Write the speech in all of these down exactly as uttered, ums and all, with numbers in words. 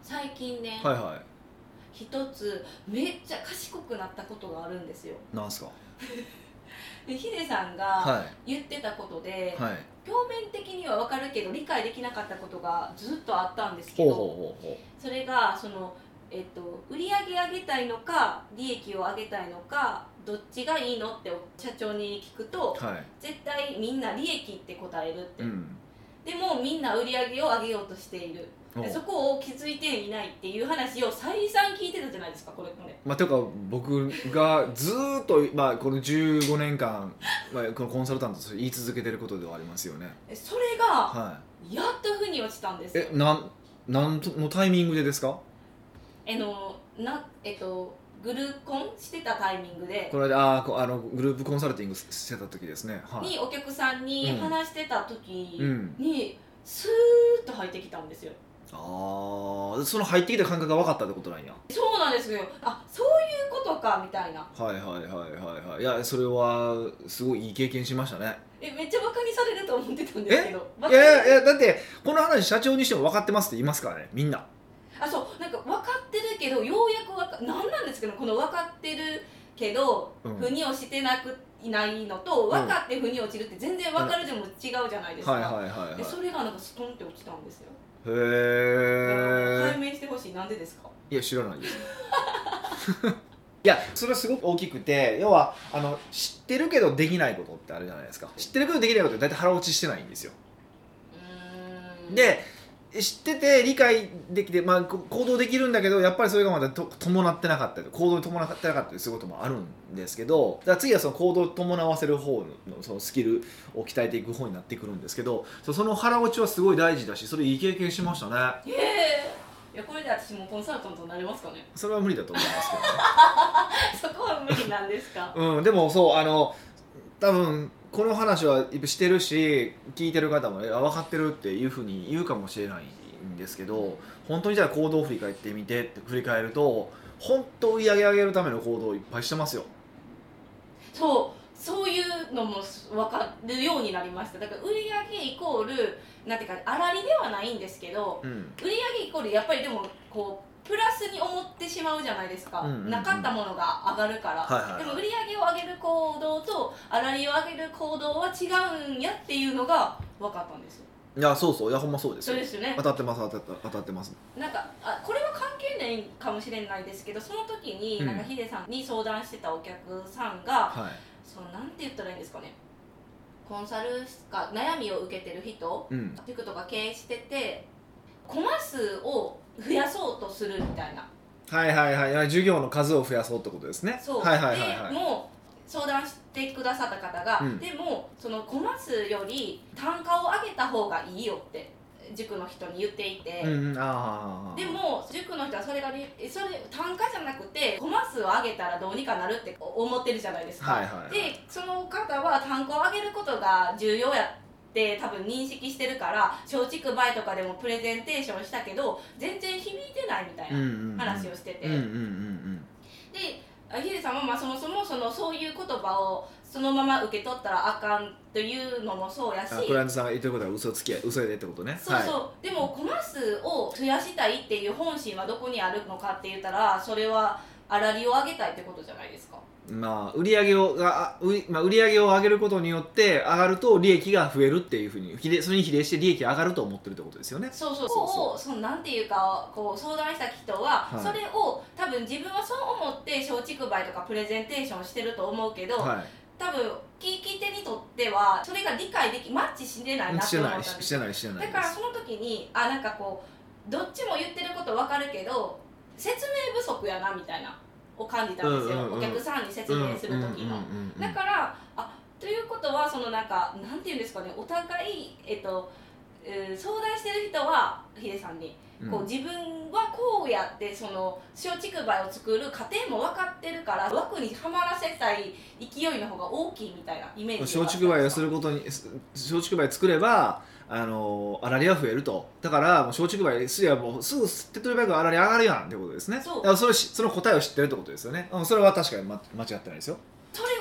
最近ね、 はいは一つめっちゃ賢くなったことがあるんですよ。 い。なんすか。 でヒデさんがは言ってたことで、 いはい。 表面的には分かるけど理解できなかったことがずっとあったんですけど、 ほうほうほうほそれがその、えっと、売り上げ上げたいのか利益を上げたいのかどっちがいいのって社長に聞くと、 う。はい。 絶対みんな利益って答えるって、 うん。 でもみんな売り上げを上げようとしている、でそこを気づいていないっていう話を再三聞いてたじゃないですか、これこれ。 まあ、というか僕がずーっと、まあ、このじゅうごねんかん、まあ、このコンサルタントとして言い続けてることではありますよね。 それがはやっと腑に落ちたんですい。 よ。 え、なんなんのタイミングでですか。 えのなえっとグルコンしてたタイミングでこれであーこあのグループコンサルティングしてた時ですね。はい。 にお客さんに話してた時うんにスーッと入ってきたんですよ。 ああ、その入ってきた感覚が分かったってことなんや。 そうなんですよ。あ、そういうことかみたいな。 はいはいはいはいはい。いや、それはすごいいい経験しましたね。 え、めっちゃバカにされると思ってたんですけど。バいカにやいや、だってこの話社長にしても分かってますって言いますからね、みんな。 あ、そうなんか分かってるけどようやく分かなんなんですけど、この分かってるけど、 うん、 腑に落ちてなくいないのと分かって腑に落ちるって全然分かるでも違うじゃないですか。 はいはいはいはい。 でそれがなんかストンって落ちたんですよ。 へえ。 解明してほしい。なんでですか。 いや知らないですいやそれはすごく大きくて、要はあの知ってるけどできないことってあるじゃないですか。知ってるけどできないことって大体腹落ちしてないんですよ。 うーんで知ってて理解できて、まあ、こ行動できるんだけどやっぱりそれがまだと伴ってなかったり行動に伴ってなかったりすることもあるんですけど、だから次はその行動を伴わせる方のそのスキルを鍛えていく方になってくるんですけど、そその腹落ちはすごい大事だし、それいい経験しましたね。 ええいやこれで私もコンサルタントになれますかね。 それは無理だと思いますけどねそこは無理なんですか。 うん、でもそうあの多分この話はしてるし聞いてる方も分かってるっていうふうに言うかもしれないんですけど、本当にじゃあ行動を振り返ってみてって振り返ると本当売り上げ上げるための行動をいっぱいしてますよ。 そうそういうのも分かるようになりました。だから売上イコールなんていうか粗利ではないんですけど、 うん、 売上イコールやっぱりでもこうプラスに思ってしまうじゃないですか、 うんうんうん、 なかったものが上がるから、 はいはいはい、 でも売上を上げる行動と粗利を上げる行動は違うんやっていうのが分かったんですよ。 いやそうそういやほんまそうですよ。 そうですよね。 当たってます当たって当たってます。 なんかあこれは関係ないかもしれないですけど、その時に、 うん、 なんかヒデさんに相談してたお客さんが、 はい、 そのなんて言ったらいいんですかね、コンサルか悩みを受けてる人、 うん、 塾とか経営しててコマ数を増やそうとするみたいな。 はいはいはい、授業の数を増やそうってことですね。 そう、 はいはいはいはい、 でもう相談してくださった方が、 うん、 でもそのコマ数より単価を上げた方がいいよって塾の人に言っていて、 うんうん、あでも塾の人はそれがそれ単価じゃなくてコマ数を上げたらどうにかなるって思ってるじゃないですか、 はいはいはい、 でその方は単価を上げることが重要やって多分認識してるから松竹梅とかでもプレゼンテーションしたけど全然響いてないみたいな話をしてて、 うんうんうんうん、 でヒデさんはまあそもそもそのそういう言葉をそのまま受け取ったらあかんというのもそうやし、 クライアントさんが言ってることは嘘つきや嘘やでってことね。 そうそう、 はい、 でもコマ数を増やしたいっていう本心はどこにあるのかって言ったらそれは粗利を上げたいってことじゃないですか。 まあ、売り上げをが売り、まあ、売り上げを上げることによって上がると利益が増えるっていうふうに比例それに比例して利益が上がると思ってるってことですよね。 そうそうそうそう、そのなんていうかこう相談した人は、はい、それを多分自分はそう思って松竹梅とかプレゼンテーションしてると思うけど、はい、多分聞き手にとってはそれが理解できマッチしてないなって思ったんです。 してないしてないだからその時にあなんかこうどっちも言ってること分かるけど説明不足やなみたいなを感じたんですよ、うんうんうん、お客さんに説明する時の。だからあということはそのなんかなんていうんですかね、お互い、えっとえー、相談してる人はヒデさんに、うん、こう自分はこうやってその松竹梅を作る過程も分かってるから枠にはまらせたい勢いの方が大きいみたいなイメージ。 松竹梅をすることに松竹梅作ればあの粗利は増えると。だから松竹梅すりゃもうすぐ手っ取り早く粗利上がるやんってことですね。そうだからそれその答えを知ってるってことですよね、うん、それは確かに、ま、間違ってないですよ。 それを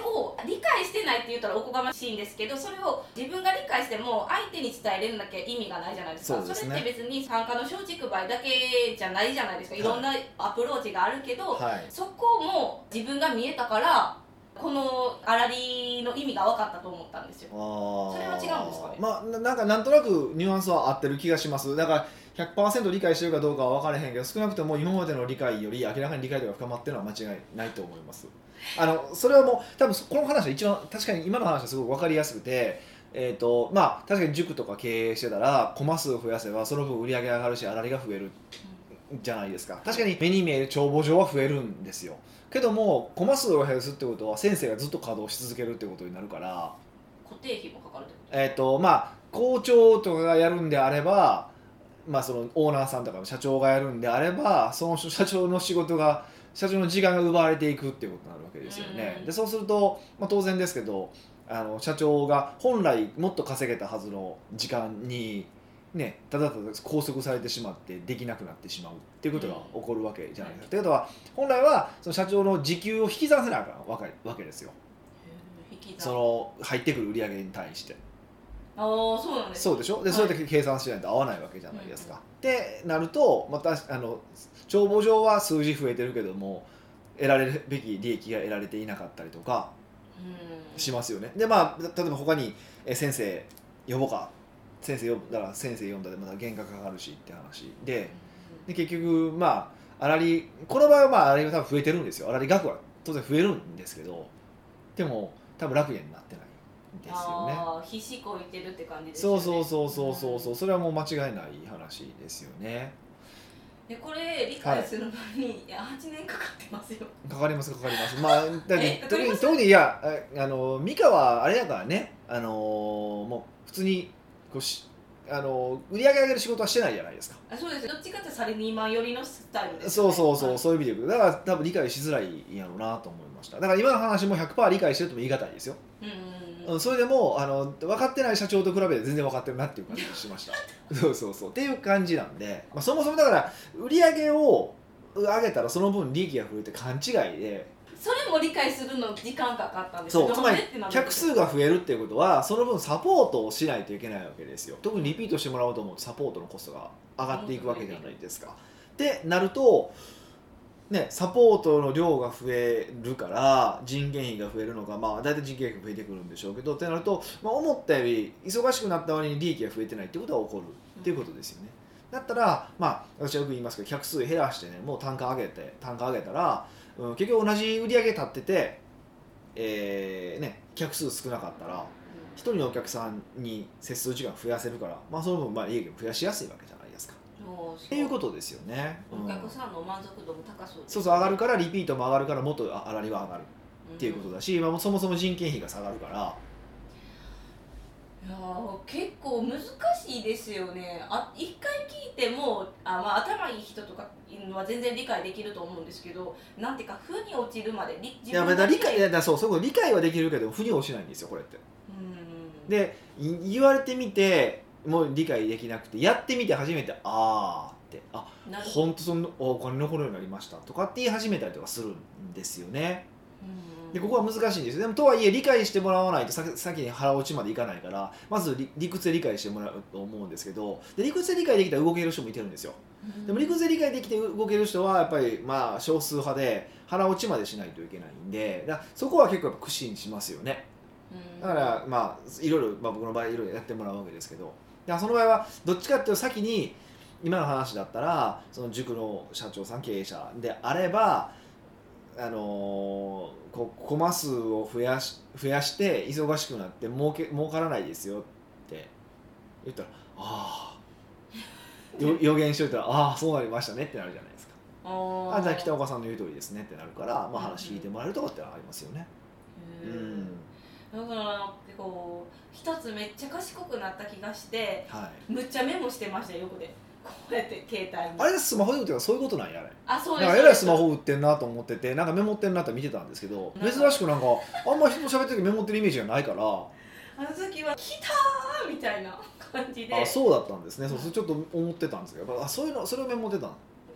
理解してないって言ったらおこがましいんですけど、それを自分が理解しても相手に伝えれるだけ意味がないじゃないですか。 そうですね。 それって別に参加の松竹梅だけじゃないじゃないですか。いろんなアプローチがあるけど、 はい、 そこも自分が見えたからこの粗利の意味が分かったと思ったんですよ。それは違うんですかね。 まあなんかなんとなくニュアンスは合ってる気がします。だから ひゃくパーセント 理解してるかどうかは分からへんけど、少なくとも今までの理解より明らかに理解度が深まってるのは間違いないと思います。あのそれはもう多分この話は一番確かに今の話はすごく分かりやすくて、えーとまあ、確かに塾とか経営してたらコマ数を増やせばその分売り上げ上がるし粗利が増えるじゃないですか。確かに目に見える帳簿上は増えるんですよ。けどもコマ数を減らすってことは先生がずっと稼働し続けるってことになるから、 固定費もかかるってことえーとまあ、校長とかがやるんであれば、まあ、そのオーナーさんとか社長がやるんであればその社長の仕事が社長の時間が奪われていくっていうことになるわけですよね。でそうすると、まあ、当然ですけどあの社長が本来もっと稼げたはずの時間に、ね、ただただ拘束されてしまってできなくなってしまうっていうことが起こるわけじゃないですか。ということは本来はその社長の時給を引き算せなあかんわけですよ。その入ってくる売り上げに対して。 ああそうなんです。 そうでしょ。で、はい、それで計算しないと合わないわけじゃないですか。ってなるとまたあの帳簿上は数字増えてるけども得られるべき利益が得られていなかったりとかしますよね。でまあ例えば他にえ先生呼ぼうか、先生呼んだら先生呼んだでまた原価かかるしって話で、で結局まあ粗利この場合はまあ粗利が多分増えてるんですよ。粗利額は当然増えるんですけど、でも多分楽になってないですよね。 ああ必死こいてるって感じですよね。 そうそうそうそうそう、うん、それはもう間違いない話ですよね。 でこれ理解するのに、はい、いやはちねんかかってますよ。 かかりますかかります。まあだって特に特にいやあのミカはあれだからね、あのもう普通にこうしあの売り上げ上げる仕事はしてないじゃないですか。 あそうです。どっちかってサラリーマン寄りのスタイルです、ね。 そうそうそう、 はい、 そういう意味で言うとだから多分理解しづらいんやろうなと思いました。だから今の話も ひゃくパーセント 理解してるとも言い難いですよ。うんうんうん、それでもあの分かってない社長と比べて全然分かってるなっていう感じがしましたそうそうそうっていう感じなんで、まあ、そもそもだから売り上げを上げたらその分利益が増えて勘違いで、 それも理解するの時間かかったんですよ。 そうつまり客数が増えるっていうことはその分サポートをしないといけないわけですよ。特にリピートしてもらおうと思うとサポートのコストが上がっていくわけじゃないですか。ってなるとね、サポートの量が増えるから人件費が増えるのが、まあ、大体人件費が増えてくるんでしょうけどってなると、まあ、思ったより忙しくなった割に利益が増えてないってことが起こるっていうことですよね。だったら、まあ、私はよく言いますけど客数減らしてねもう単価上げて単価上げたら、うん、結局同じ売り上げ立ってて、えーね、客数少なかったらひとりのお客さんに接する時間増やせるから、まあ、その分まあ利益を増やしやすいわけじゃないですか。っていうことですよね。 お客さんの満足度も高そうです、ね、 そうそう上がるからリピートも上がるからもっと粗利は上がるっていうことだし、うんまあ、そもそも人件費が下がるから。 いや結構難しいですよね。あ一回聞いてもあ、まあ、頭いい人とかは全然理解できると思うんですけど、なんていうか負に落ちるまでり自分が理解いやだそうそう理解はできるけど負に落ちないんですよこれって。うんで言われてみてもう理解できなくてやってみて初めてあーってあ本当そのお金残るようになりましたとかって言い始めたりとかするんですよね。でここは難しいんですよ。でもとはいえ理解してもらわないと先に腹落ちまでいかないからまず 理, 理屈で理解してもらうと思うんですけど、で理屈で理解できたら動ける人もいてるんですよ。でも理屈で理解できて動ける人はやっぱりまあ少数派で腹落ちまでしないといけないんでだそこは結構苦心しますよね。だからまあいろいろ、まあ、僕の場合いろいろやってもらうわけですけど、その場合はどっちかっていうと先に今の話だったらその塾の社長さん経営者であればあのー、こコマ数を増やし増やして忙しくなって儲け儲からないですよって言ったらああ予言しといたらああそうなりましたねってなるじゃないですか。あじゃあ北岡さんの言う通りですねってなるから、まあ、話聞いてもらえるとかってのはありますよね。 うん、だからこう一つめっちゃ賢くなった気がして、はい、むっちゃメモしてましたよ横でこうやって携帯に。あれスマホで打ってるそういうことなんやあれ。 あそうです。 なんかえらいスマホ打ってんなと思っててなんかメモってんなって見てたんですけど珍しくなんかあんま人と喋ってる時メモってるイメージがないからあの時は来たーみたいな感じで。 あそうだったんですね。そうちょっと思ってたんですけどあそういうのそれをメモってたん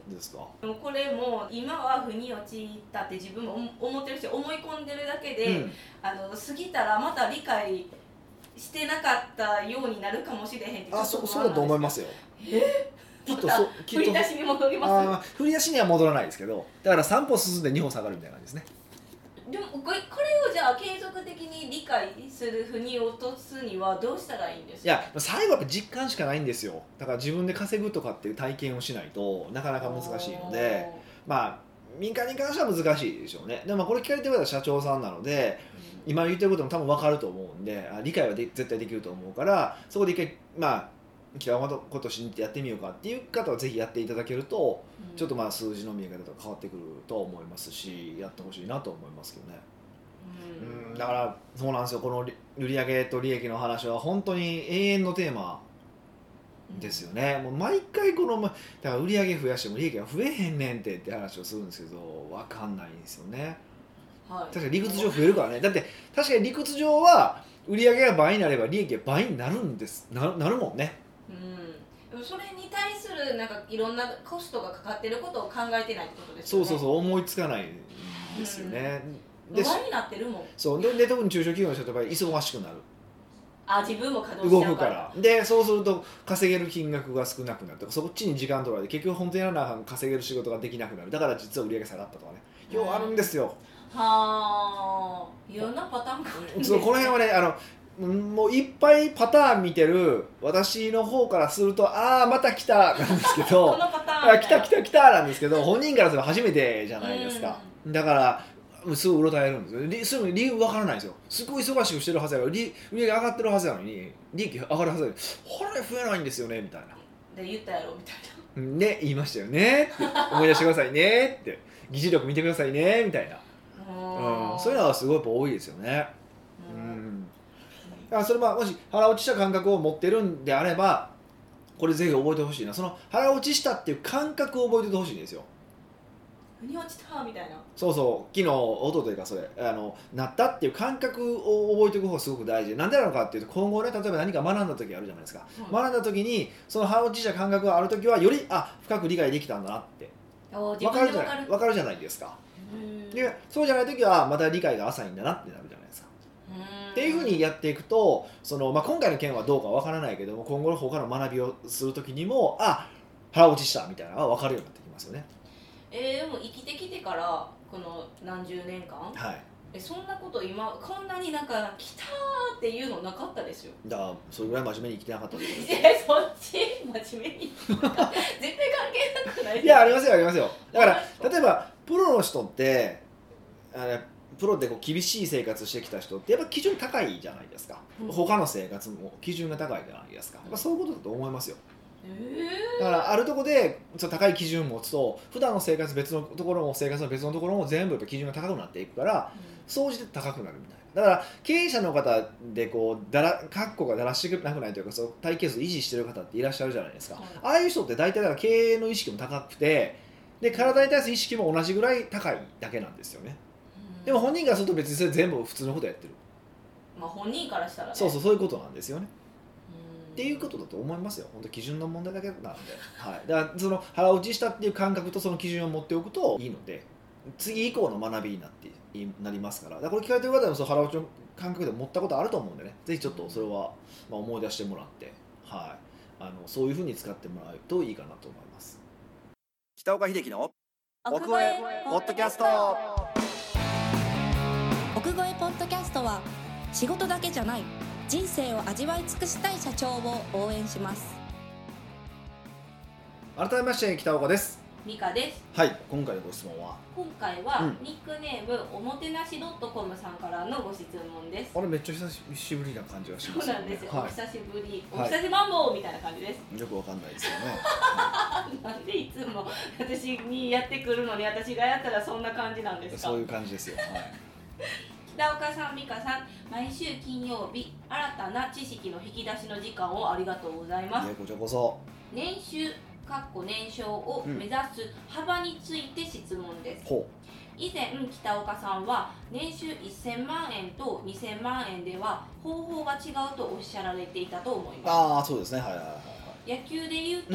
ですか？ でもこれも今は腑に落ちたって自分も思ってるし思い込んでるだけで、うん、あの過ぎたらまた理解してなかったようになるかもしれへんってちょっと不安なんです。 あ、そ、そうだと思いますよ。 えきっとそきっと振り出しに戻ります。 あ、振り出しには戻らないですけど、だからさん歩進んでに歩下がるみたいな感じですね。 でもこれをじゃあ継続的に理解するふに落とすにはどうしたらいいんですか？ いや、最後はやっぱ実感しかないんですよ。だから自分で稼ぐとかっていう体験をしないとなかなか難しいので、まあ民間に関しては難しいでしょうね。でもこれ聞かれてる方は社長さんなので、うん、今言ってることも多分分かると思うんで、理解はで絶対できると思うから、そこで一回まあ北岡のことを信じてやってみようかっていう方はぜひやっていただけると、うん、ちょっとまあ数字の見え方とか変わってくると思いますし、やってほしいなと思いますけどね。うん、だからそうなんですよ。この売上と利益の話は本当に永遠のテーマですよね。もう毎回このだから売上増やしても利益が増えへんねんってって話をするんですけど、分かんないんですよね、はい、確かに理屈上増えるからね。だって確かに理屈上は売上が倍になれば利益が倍になるんです。 な, なるもんね。 うん、それに対するなんかいろんなコストがかかってることを考えてないってことですよね。 そうそうそう、思いつかないんですよね、 うん、で倍になってるもん。 そう で, で特に中小企業の人ってやっぱり忙しくなる。 あ、自分も稼働しちゃうから。 動くから。でそうすると稼げる金額が少なくなるとか、そっちに時間取られて結局本当にやらなあかん稼げる仕事ができなくなる。だから実は売り上げ下がったとかね、ようあるんですよ。 はあ、いろんなパターンがあるんですね。 そう、この辺はね、あのもういっぱいパターン見てる私の方からすると、ああまた来たなんですけどこのパターン来た来た来たなんですけど、本人からすれば初めてじゃないですか。だからすぐうろたえるんですよ。すぐ理由分からないんですよ。すごい忙しくしてるはずやから、売り上げ上がってるはずなのに利益上がるはずなのに、ほら増えないんですよねみたいな。 で言ったやろみたいな。 ね、言いましたよねって思い出してくださいねって、議事録見てくださいねみたいな、うん、そういうのはすごいやっぱ多いですよね。うん、だからそれはもし腹落ちした感覚を持ってるんであれば、これぜひ覚えてほしいな。その腹落ちしたっていう感覚を覚えててほしいんですよ。 腑に落ちたみたいな。 そうそう、昨日おとといかそれあのなったっていう感覚を覚えておく方がすごく大事で、なんでなのかっていうと、今後ね、例えば何か学んだ時あるじゃないですか、うん、学んだ時にその腹落ちした感覚がある時はよりあ深く理解できたんだなって分かるじゃない分かるじゃないですか。でそうじゃない時はまた理解が浅いんだなってなるじゃないですか。っていうふうにやっていくと、その、まあ、今回の件はどうかわからないけども、今後の他の学びをする時にもあ腹落ちしたみたいなのが分かるようになってきますよね。 えー、でも生きてきてからこの何十年間、 はい、 えそんなこと今こんなになんか来たーっていうのなかったですよ。 だからそれぐらい真面目に生きてなかったですえそっち真面目に絶対関係なくないですか。 いやありますよありますよ。だから例えばプロの人ってあれプロでこう厳しい生活してきた人ってやっぱ基準高いじゃないですか、うん、他の生活も基準が高いじゃないですか。やっぱそういうことだと思いますよ。だからあるところで高い基準を持つと、普段の生活別のところも生活の別のところも全部やっぱ基準が高くなっていくから、総じて高くなるみたいな。だから経営者の方でこうだらかっこがだらしくなくないというか、そう体系数維持してる方っていらっしゃるじゃないですか、はい、ああいう人って大体だから経営の意識も高くて、で体に対する意識も同じぐらい高いだけなんですよね。でも本人からすると別にそれ全部普通のことやってる、 まあ本人からしたらね、 そうそうそういうことなんですよね。っていうことだと思いますよ。本当基準の問題だけなんで、はい、だからその腹落ちしたっていう感覚とその基準を持っておくといいので、次以降の学びになってなりますから。だからこれ聞かれてる方でもその腹落ちの感覚で持ったことあると思うんでね、ぜひちょっとそれはまあ思い出してもらって、はい、あのそういうふうに使ってもらうといいかなと思います。北岡秀樹の奥越えポッドキャスト。 奥越えポッドキャストは仕事だけじゃない人生を味わい尽くしたい社長を応援します。 改めまして北岡です。 美香です。 はい、今回のご質問は今回はニックネーム、うん、おもてなし .com さんからのご質問です。 あれめっちゃ久しぶりな感じがしますね。 そうなんですよ、はい、お久しぶり、 はい、 お久しマンボウみたいな感じです。 よくわかんないですよねなんでいつも私にやってくるのに私がやったらそんな感じなんですか。 そういう感じですよ、はい北岡さん、美香さん、毎週金曜日新たな知識の引き出しの時間をありがとうございます。 こちらこそ。 年収かっこ年商を目指す幅について質問です、うん、以前北岡さんは年収せんまんえんとにせんまんえんでは方法が違うとおっしゃられていたと思います。 ああ、そうですね、はいはいはい、 はい、野球でいうと、うん、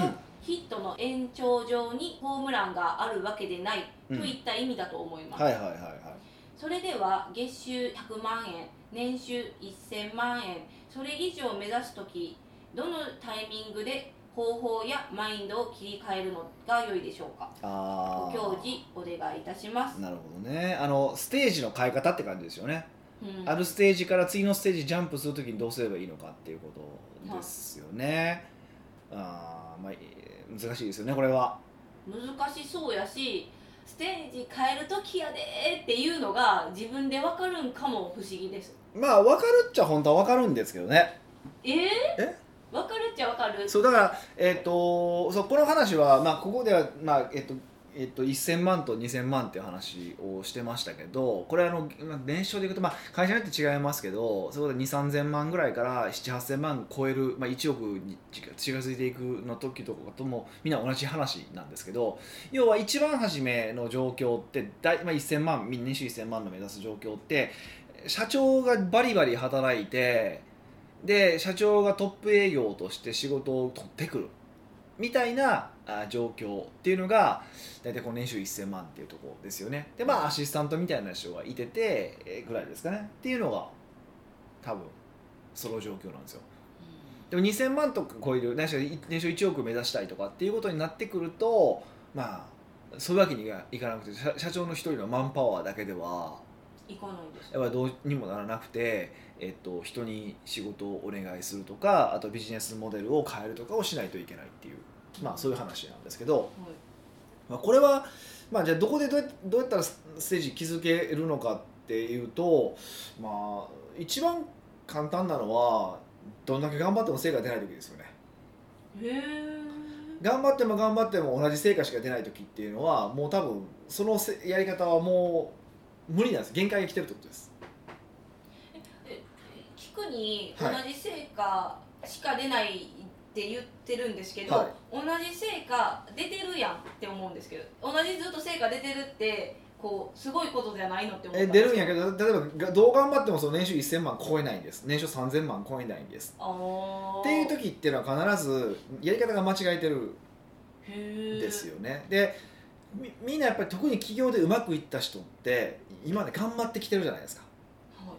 ヒットの延長上にホームランがあるわけでないといった意味だと思います、 はいはいはいはい。 それでは月収ひゃくまんえん、年収せんまんえん、それ以上目指すとき、どのタイミングで方法やマインドを切り替えるのが良いでしょうか。 あご教示お願いいたします。 なるほどね。あのステージの変え方って感じですよね、 うん、 あるステージから次のステージジャンプするときにどうすればいいのかっていうことですよね、はい、あまあ難しいですよねこれは。 難しそうやし、ステージ変えるときやでーっていうのが自分で分かるんかも不思議です。 まあ分かるっちゃ本当は分かるんですけどね。 えー、 え分かるっちゃ分かる。 そうだからえっ、とそうこの話はまあここではまあえっ、とえっと、せんまんとにせんまんっていう話をしてましたけど、これあの年商でいくと、まあ、会社によって違いますけど、そこでにせんさんぜんまんぐらいからななはっせんまん超える、まあ、いちおくに近づいていくの時とかともみんな同じ話なんですけど、要は一番初めの状況ってだい、まあ、せんまん、年収せんまんの目指す状況って社長がバリバリ働いて、で社長がトップ営業として仕事を取ってくるみたいな状況っていうのが大体この年収せんまんっていうところですよね。でまあアシスタントみたいな人がいててぐらいですかねっていうのが多分その状況なんですよ。でもにせんまんとか超える年収いちおく目指したいとかっていうことになってくると、まあそういうわけにはいかなくて、社, 社長の一人のマンパワーだけではいかないです、 やっぱりどうにもならなくて、えっと、人に仕事をお願いするとか、あとビジネスモデルを変えるとかをしないといけないっていう、まあ、そういう話なんですけど、はい、まあ、これは、まあ、じゃあどこでどうやどうやったらステージ築けるのかっていうと、まあ、一番簡単なのはどんだけ頑張っても成果が出ない時ですよね。 へー。 頑張っても頑張っても同じ成果しか出ない時っていうのはもう多分そのやり方はもう無理なんです。限界が来てるってことです。 ええ聞くに同じ成果しか出ないって言ってるんですけど、はい、同じ成果出てるやんって思うんですけど、同じずっと成果出てるってこうすごいことじゃないのって思ったんですけど。 え出るんやけど、例えばどう頑張ってもその年収せんまん超えないんです。年収さんぜんまん超えないんです。 あっていう時っていうのは必ずやり方が間違えてるんですよね。で み, みんなやっぱり特に企業でうまくいった人って今まで頑張ってきてるじゃないですか、はい、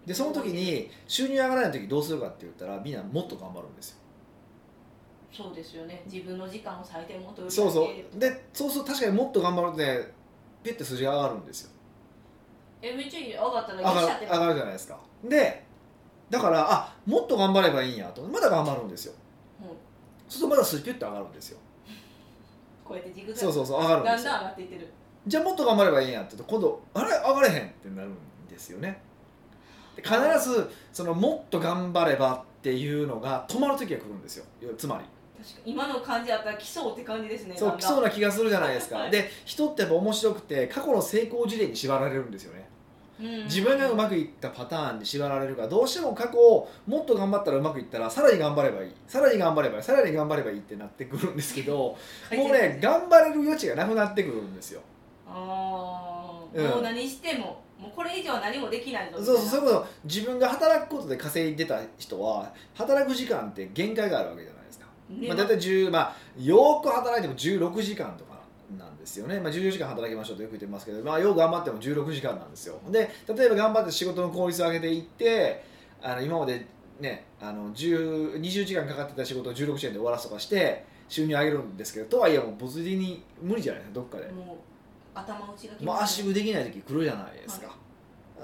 でその時に収入上がらない時どうするかって言ったらみんなもっと頑張るんですよ。 そうですよね。自分の時間を割いてもっとそうそうでそうすると確かにもっと頑張るとねピュッて数字が上がるんですよ。 えめっちゃいい。上がったら上がる上がるじゃないですか。でだからあもっと頑張ればいいんやとまだ頑張るんですよ、うん、そうするとまだ数字ピュッて上がるんですよ。 こうやってジグザグそうそうそう上がるんですよ。 だんだん上がっていってる。 じゃあもっと頑張ればいいんやって言うと今度あれ上がれへんってなるんですよね。で必ずそのもっと頑張ればっていうのが止まる時が来るんですよ。つまり確か今の感じだったら来そうって感じですね。 そう来そうな気がするじゃないですか、はい、で人ってやっぱ面白くて過去の成功事例に縛られるんですよね。自分がうまくいったパターンに縛られるからどうしても過去をもっと頑張ったらうまくいったらさらに頑張ればいいさらに頑張ればいいさらに頑張ればいいってなってくるんですけどもうね頑張れる余地がなくなってくるんですよ。 あ、うん、もう何してももうこれ以上は何もできないぞみたいな。 そうそうそういうこと。自分が働くことで稼いでた人は働く時間って限界があるわけじゃないですか、ねまあ、だいたいじゅう、まあ、よく働いてもじゅうろくじかんとかなんですよね、まあ、じゅうよじかん働きましょうとよく言ってますけど、まあ、よく頑張ってもじゅうろくじかんなんですよ。で例えば頑張って仕事の効率を上げていってあの今まで、ね、あのにじゅうじかんかかってた仕事をじゅうろくじかんで終わらすとかして収入上げるんですけどとはいえもう物理的に無理じゃないですか。どっかでもう頭打ちがもう圧縮できない時来るじゃないですか、はい、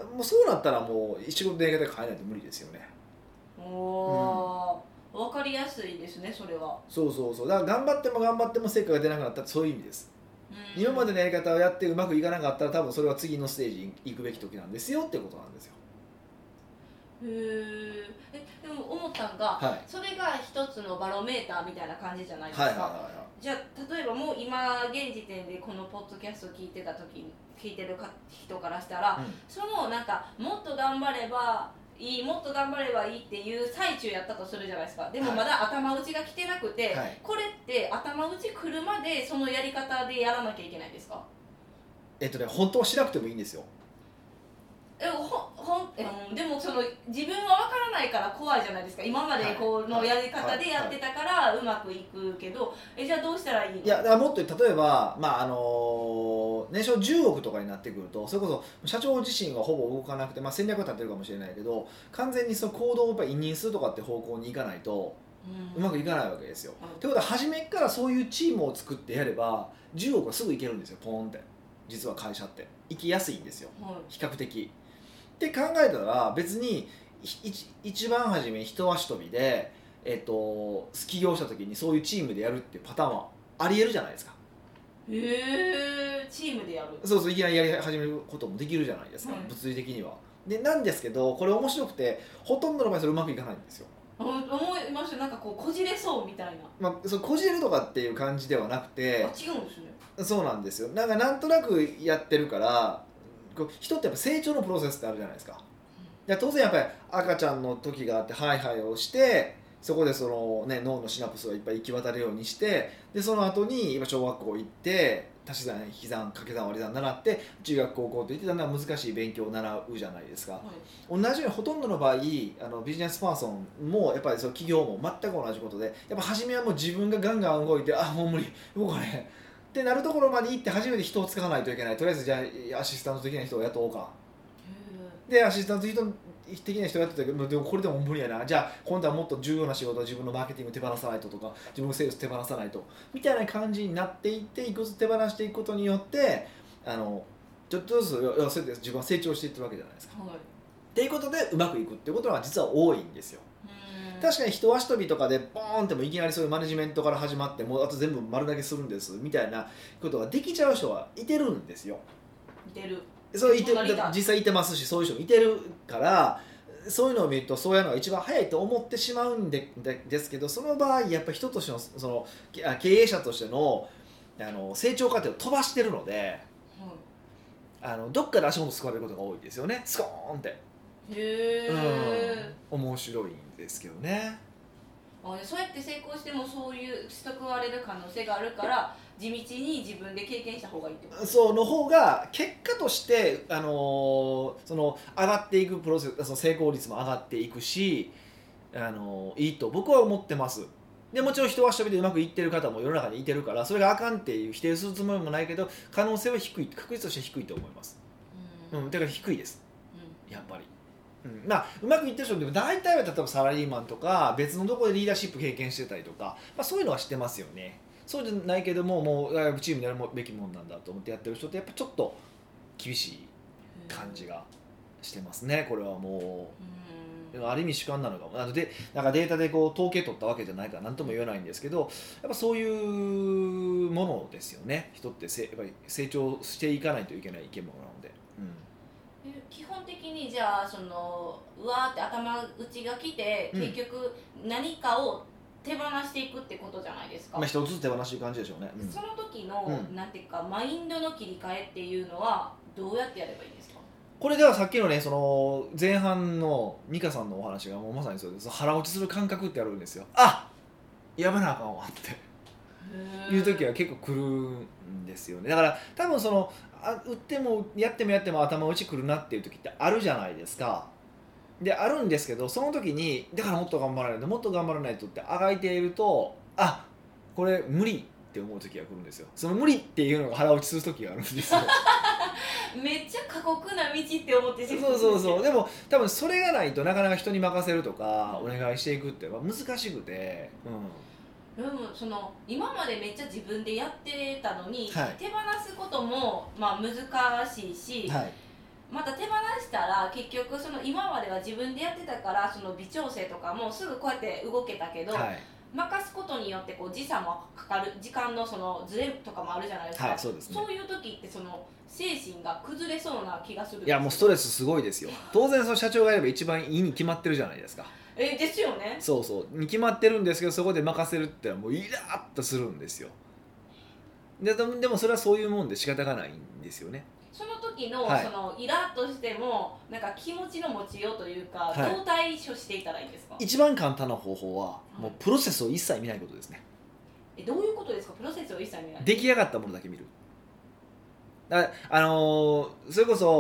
もうそうなったらもう仕事のやり方変えないと無理ですよね。 おー、うん、分かりやすいですねそれは。 そうそうそう。だから頑張っても頑張っても成果が出なくなったらそういう意味です。今までのやり方をやってうまくいかなかったら多分それは次のステージに行くべき時なんですよっていうことなんですよ。 へえ。でも思ったんが、はい、それが一つのバロメーターみたいな感じじゃないですか、はいはいはいはい、じゃあ例えばもう今現時点でこのポッドキャストを聞いてた時聞いてる人からしたら、うん、そのなんかもっと頑張ればいいもっと頑張ればいいっていう最中やったとするじゃないですか。でもまだ頭打ちが来てなくて、はい、これって頭打ち来るまでそのやり方でやらなきゃいけないですか？ えっとね本当はしなくてもいいんですよ。 えほほんえでもその自分は分からないから怖いじゃないですか。今までこのやり方でやってたからうまくいくけど、えじゃあどうしたらいいの？ いやだからもっと例えば、まああの年商じゅうおくとかになってくると、それこそ社長自身がほぼ動かなくて、まあ、戦略は立ってるかもしれないけど、完全にその行動をやっぱり委任するとかって方向に行かないとうまくいかないわけですよ。 うん、 ってことは初めからそういうチームを作ってやればじゅうおくはすぐいけるんですよ。ポーンって。実は会社って行きやすいんですよ、 はい、 比較的って考えたら、別に一番初め一足飛びで、えっと、起業した時にそういうチームでやるっていうパターンはありえるじゃないですか。 へえ、チームでやる。 そうそう、いきなりやり始めることもできるじゃないですか、 はい、 物理的には。でなんですけど、これ面白くてほとんどの場合それうまくいかないんですよ。 思いました。なんかこうこじれそうみたいな、 まあ、そのこじれるとかっていう感じではなくて、 あ、違うんですね。 そうなんですよ。なんかなんとなくやってるから、こう人ってやっぱ成長のプロセスってあるじゃないですか。いや当然やっぱり赤ちゃんの時があってハイハイをして、そこでその、ね、脳のシナプスをいっぱい行き渡るようにして、でその後に今小学校行って足し算引き算掛け算割り算習って、中学高校といってだんだん難しい勉強を習うじゃないですか、はい、同じようにほとんどの場合あのビジネスパーソンもやっぱりその企業も全く同じことで、やっぱ初めはもう自分がガンガン動いて、あもう無理動かねってなるところまで行って初めて人を使わないといけない。とりあえずじゃあアシスタント的な人を雇おうか、でアシスタント的な人をやってたけど、でもこれでも無理やな、じゃあ今度はもっと重要な仕事を自分のマーケティング手放さないととか、自分のセールス手放さないとみたいな感じになっていって、いくつ手放していくことによってあのちょっとずつそれで自分は成長していってるわけじゃないですか、はい、っていうことでうまくいくってことは実は多いんですよ。確かに一足飛びとかでボーンってもいきなりそういうマネジメントから始まって、もうあと全部丸投げするんですみたいなことができちゃう人はいてるんですよ。 いてる。 そういて実際いてますし、そういう人もいてるから、そういうのを見るとそういうのが一番早いと思ってしまうん で, でですけど、その場合やっぱ人としての、その経営者としてのあの成長過程を飛ばしてるので、うん、あのどっかで足元すくわれることが多いですよね、スコーンって。 へー、 うん、面白いんですけどね。 あ、そうやって成功してもそういうすくわれる可能性があるから、地道に自分で経験した方がいいってことですか？ そうの方が結果として、あのー、その上がっていくプロセス、その成功率も上がっていくし、あのー、いいと僕は思ってます。でもちろん人は一人でうまくいってる方も世の中にいてるから、それがあかんっていう否定するつもりもないけど、可能性は低い、確率として低いと思います。うん、うん、だから低いです、うん、やっぱり。うん、まあうまくいってる人でも大体は例えばサラリーマンとか別のところでリーダーシップ経験してたりとか、まあ、そういうのは知ってますよね。そうじゃないけども、もうチームでやるべきものなんだと思ってやってる人ってやっぱちょっと厳しい感じがしてますね。これはもう、うん、ある意味主観なのかも。なのでなんかデータでこう統計取ったわけじゃないから何とも言えないんですけど、やっぱそういうものですよね。人ってせやっぱり成長していかないといけない生き物なので、うん、 基本的にじゃあそのうわーって頭打ちが来て、結局何かを手放していくってことじゃないですか。 まあ、一つずつ手放していく感じでしょうね、うん、 その時の、 うん、 なんていうかマインドの切り替えっていうのはどうやってやればいいんですか？ これではさっきのね、その前半の美香さんのお話がもうまさにそうです。腹落ちする感覚ってあるんですよ。あ、やめなあかんわっていう時は結構来るんですよね。だから多分そのあ売ってもやってもやっても頭打ちくるなっていう時ってあるじゃないですか。であるんですけど、その時にだからもっと頑張らないともっと頑張らないとってあがいていると、あ、これ無理って思う時が来るんですよ。その無理っていうのが腹落ちする時があるんですよめっちゃ過酷な道って思ってしまう。 そうそうそう。でも多分それがないとなかなか人に任せるとかお願いしていくって難しくて、 うん、でもその今までめっちゃ自分でやってたのに、 はい、 手放すこともまあ難しいし、はい、また手放したら結局その今までは自分でやってたから、その微調整とかもすぐこうやって動けたけど、はい、任すことによってこう時差もかかる、時間のそのズレとかもあるじゃないですか、 はい、そうですね、 そういう時ってその精神が崩れそうな気がするんです。 いやもうストレスすごいですよ。当然その社長がやれば一番いいに決まってるじゃないですか。 えですよね。 そうそうに決まってるんですけど、そこで任せるってのはもうイラッとするんですよ。で, でもそれはそういうもんで仕方がないんですよね。 その時の、 はい、 そのイラッとしてもなんか気持ちの持ちようというか、はい、どう対処していたらいいんですか？一番簡単な方法は、はい、もうプロセスを一切見ないことですね。え、どういうことですか？プロセスを一切見ない。 出来上がったものだけ見る。だあのー、それこそ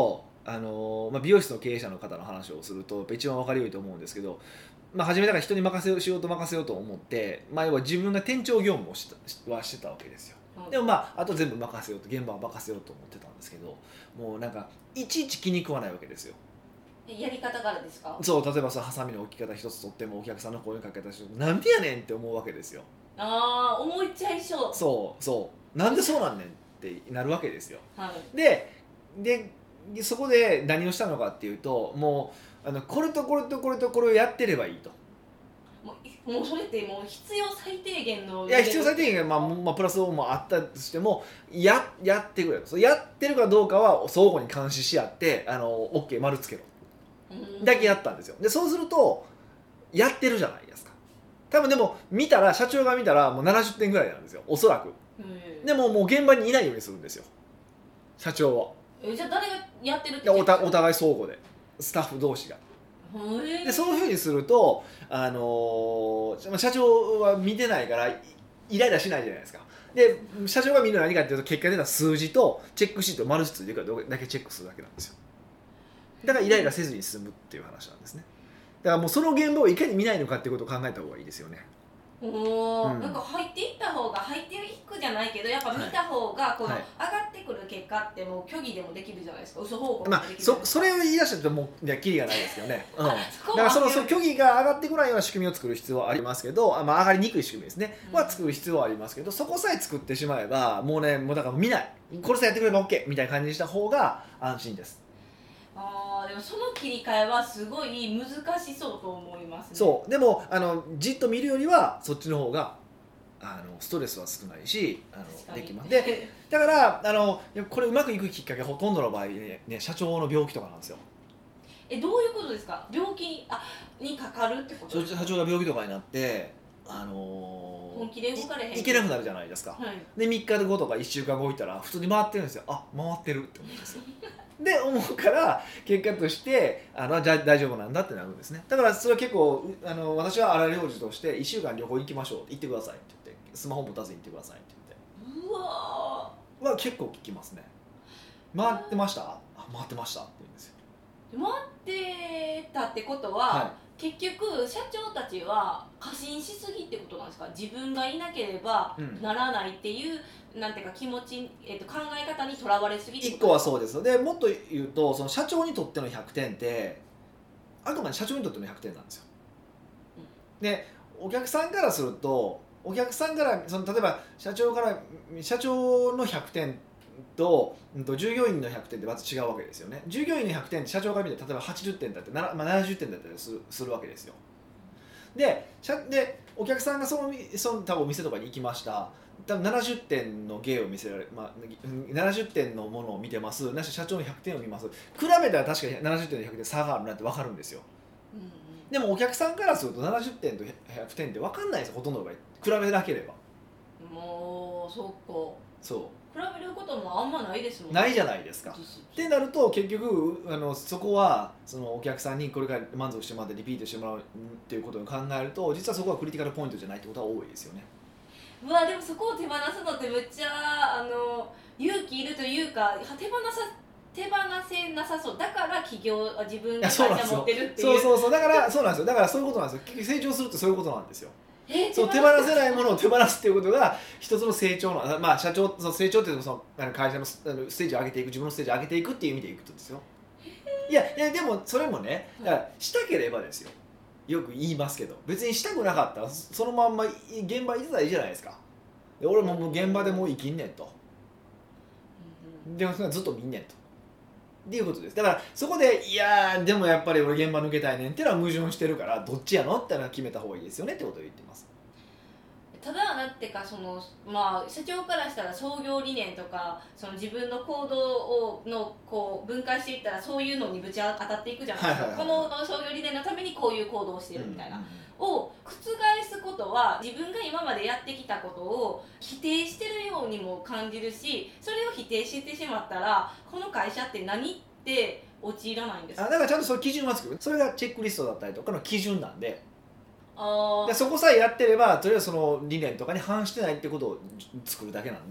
あのーまあ、美容室の経営者の方の話をすると一番分かりやすいと思うんですけど、まあ、初めだから人に任せよう仕事任せようと思って、まあ、要は自分が店長業務をしたはしてたわけですよ。でもまああと全部任せようと現場は任せようと思ってたんですけど、もうなんかいちいち気に食わないわけですよ。 やり方からですか？ そう、例えばそのハサミの置き方一つとってもお客さんの声かけ方一つなんでやねんって思うわけですよ。 ああ、思いちゃいそう。 そうそうなんでそうなんねんってなるわけですよ。 はい、 ででそこで何をしたのかっていうと、もうあのこれとこれとこれとこれをやってればいいと。 もう、もうそれってもう必要最低限のいや必要最低限、まあまあ、プラスもあったとしても や, やってくれと。やってるかどうかは相互に監視し合ってあの OK 丸つけろだけやったんですよ。でそうするとやってるじゃないですか。多分でも見たら社長が見たらもうななじゅってんぐらいなんですよ、おそらく。でももう現場にいないようにするんですよ、社長は。 えじゃあ誰がやってるっておたお互い相互でスタッフ同士が。でそういうふうにすると、あのー、社長は見てないからイライラしないじゃないですか。で社長が見るのは何かっていうと結果出た数字とチェックシート丸ついてるからどれだけチェックするだけなんですよ。だからイライラせずに済むっていう話なんですね。だからもうその現場をいかに見ないのかっていうことを考えた方がいいですよね。 おー、 うん、 なんか入っていった方が入っていくじゃないけどやっぱ見た方がこの、 はい、 上がってくる結果ってもう虚偽でもできるじゃないですか、嘘報告まあもできる、 そ, それを言い出してるともういやキリがないですけどね、うん、だそからそのその虚偽が上がってこないような仕組みを作る必要はありますけど、まあ、上がりにくい仕組みですね、うん、は作る必要はありますけど、そこさえ作ってしまえばもうね、もうだから見ない、これさえやってくれば OK みたいな感じにした方が安心です。 あーでもその切り替えはすごい難しそうと思いますね。 そうでもあのじっと見るよりはそっちの方があのストレスは少ないしあのできます。でだからあのこれうまくいくきっかけはほとんどの場合、ねね、社長の病気とかなんですよ。 えどういうことですか？病気にあにかかるってことですか？ 社長が病気とかになってあのー、 本気で動かれへんいけなくなるじゃないですか、 はい、 でみっかごとかいっしゅうかんごいたら普通に回ってるんですよ。あ回ってるって思うんですよで思うから結果としてあのじゃ大丈夫なんだってなるんですね。だからそれは結構あの私は荒療治としていっしゅうかん旅行行きましょう行ってくださいって言ってスマホ持たずに行ってくださいって言ってうわーは結構聞きますね。回ってました？あ回ってましたって言うんですよ。 回ってたってことは、はい、結局社長たちは過信しすぎってことなんですか？自分がいなければならないっていう、うん、なんていうか気持ち、えー、と考え方にとらわれすぎていっこはそうです。でもっと言うとその社長にとってのひゃくてんってあくまで社長にとってのひゃくてんなんですよ、うん、でお客さんからするとお客さんからその例えば社長から社長のひゃくてんと従業員のひゃくてんってまず違うわけですよね。従業員のひゃくてんって社長から見て例えばはちじゅってんだって、まあ、ななじゅってんだったりす る, するわけですよ。ででお客さんがそのその多分お店とかに行きました。多分ななじゅってんの芸を見せられ、まあ、ななじゅってんのものを見てます。なし社長のひゃくてんを見ます。比べたら確かにななじゅってんとひゃくてん差があるなって分かるんですよ、うんうん、でもお客さんからするとななじゅってんとひゃくてんって分かんないですよ、ほとんどの場合比べなければ。 もうそっかそう比べることもあんまないですもんね。ないじゃないですか。ってなると結局あのそこはそのお客さんにこれから満足してもらってリピートしてもらうっていうことを考えると実はそこはクリティカルポイントじゃないってことは多いですよね。 うわでもそこを手放すのってめっちゃあの勇気いるというか手放さ手放せなさそう。だから起業自分が会社持ってるっていう。 そうそうそうだからそうなんですよ。だからそういうことなんですよ。成長するってそういうことなんですよ。 えそう手放せないものを手放すっていうことが一つの成長の、まあ社長その成長っていうのはその会社のステージを上げていく、自分のステージを上げていくっていう意味でいくとですよ。いやいやでもそれもね、だからしたければですよ。よく言いますけど、別にしたくなかったらそのまんま現場にいてたらいいじゃないですか。で俺ももう現場でもう生きんねんと。でもずっと見んねんと。っていうことです。だからそこでいやーでもやっぱり俺現場抜けたいねんっていうのは矛盾してるからどっちやのってのは決めた方がいいですよねってことを言ってます。 ただなんていうかその、まあ、社長からしたら創業理念とかその自分の行動をのこう分解していったらそういうのにぶち当たっていくじゃないですか。この創業理念のためにこういう行動をしてるみたいな、うんうん、を覆すことは自分が今までやってきたことを否定してるようにも感じるし、それを否定してしまったらこの会社って何って陥らないんですか？ あだからちゃんとその基準は作る。それがチェックリストだったりとかの基準なんで。 あでそこさえやってればとりあえずその理念とかに反してないってことを作るだけなんで。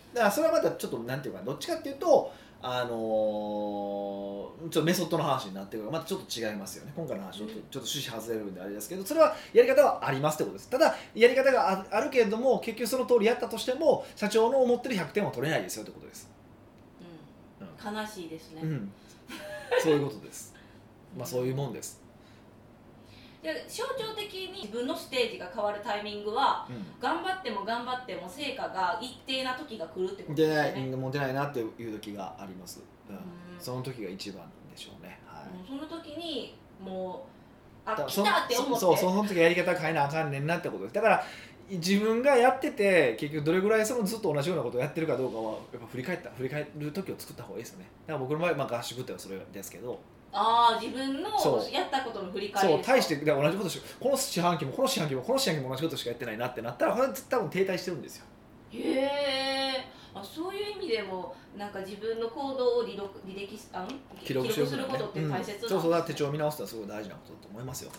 だからそれはまたちょっとなんていうかどっちかっていうとあのー、ちょっとメソッドの話になってくるまたちょっと違いますよね。今回の話ちょっと、ちょっと趣旨外れるんであれですけど、それはやり方はありますってことです。ただやり方があるけれども結局その通りやったとしても社長の思ってるひゃくてんは取れないですよってことです。 うん、悲しいですね、 うん、そういうことです。まあそういうもんです。 で象徴的に自分のステージが変わるタイミングは、うん、頑張っても頑張っても成果が一定な時が来るってことですよね。 出ない、もう出ないなっていう時があります、うんうん、その時が一番でしょうね、はい、 その時にもうあ来たって思ってそうその時やり方変えなあかんねんなってことです。だから自分がやってて結局どれぐらいそのずっと同じようなことをやってるかどうかはやっぱ振り返った振り返る時を作った方がいいですよね。だから僕の場合、まあ、合宿ってはそれですけど、 ああ自分のやったことの振り返りそう対して同じことしこの四半期もこの四半期もこの四半期も同じことしかやってないなってなったらこれは多分停滞してるんですよ。 へえ、あそういう意味でもなんか自分の行動を履録履歴あ記録することって大切なんですね、うん、 そうそうだ手帳を見直すのはすごい大事なことだと思いますよ。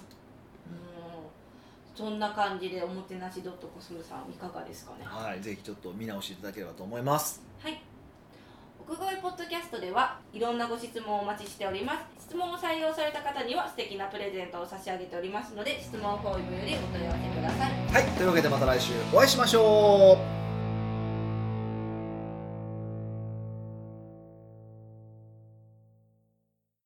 そんな感じでおもてなし .コスメさんいかがですかね。 はい、ぜひちょっと見直していただければと思います。 はい、奥越ポッドキャストではいろんなご質問をお待ちしております。質問を採用された方には素敵なプレゼントを差し上げておりますので質問フォームよりお問い合わせください。 はい、というわけでまた来週お会いしましょう。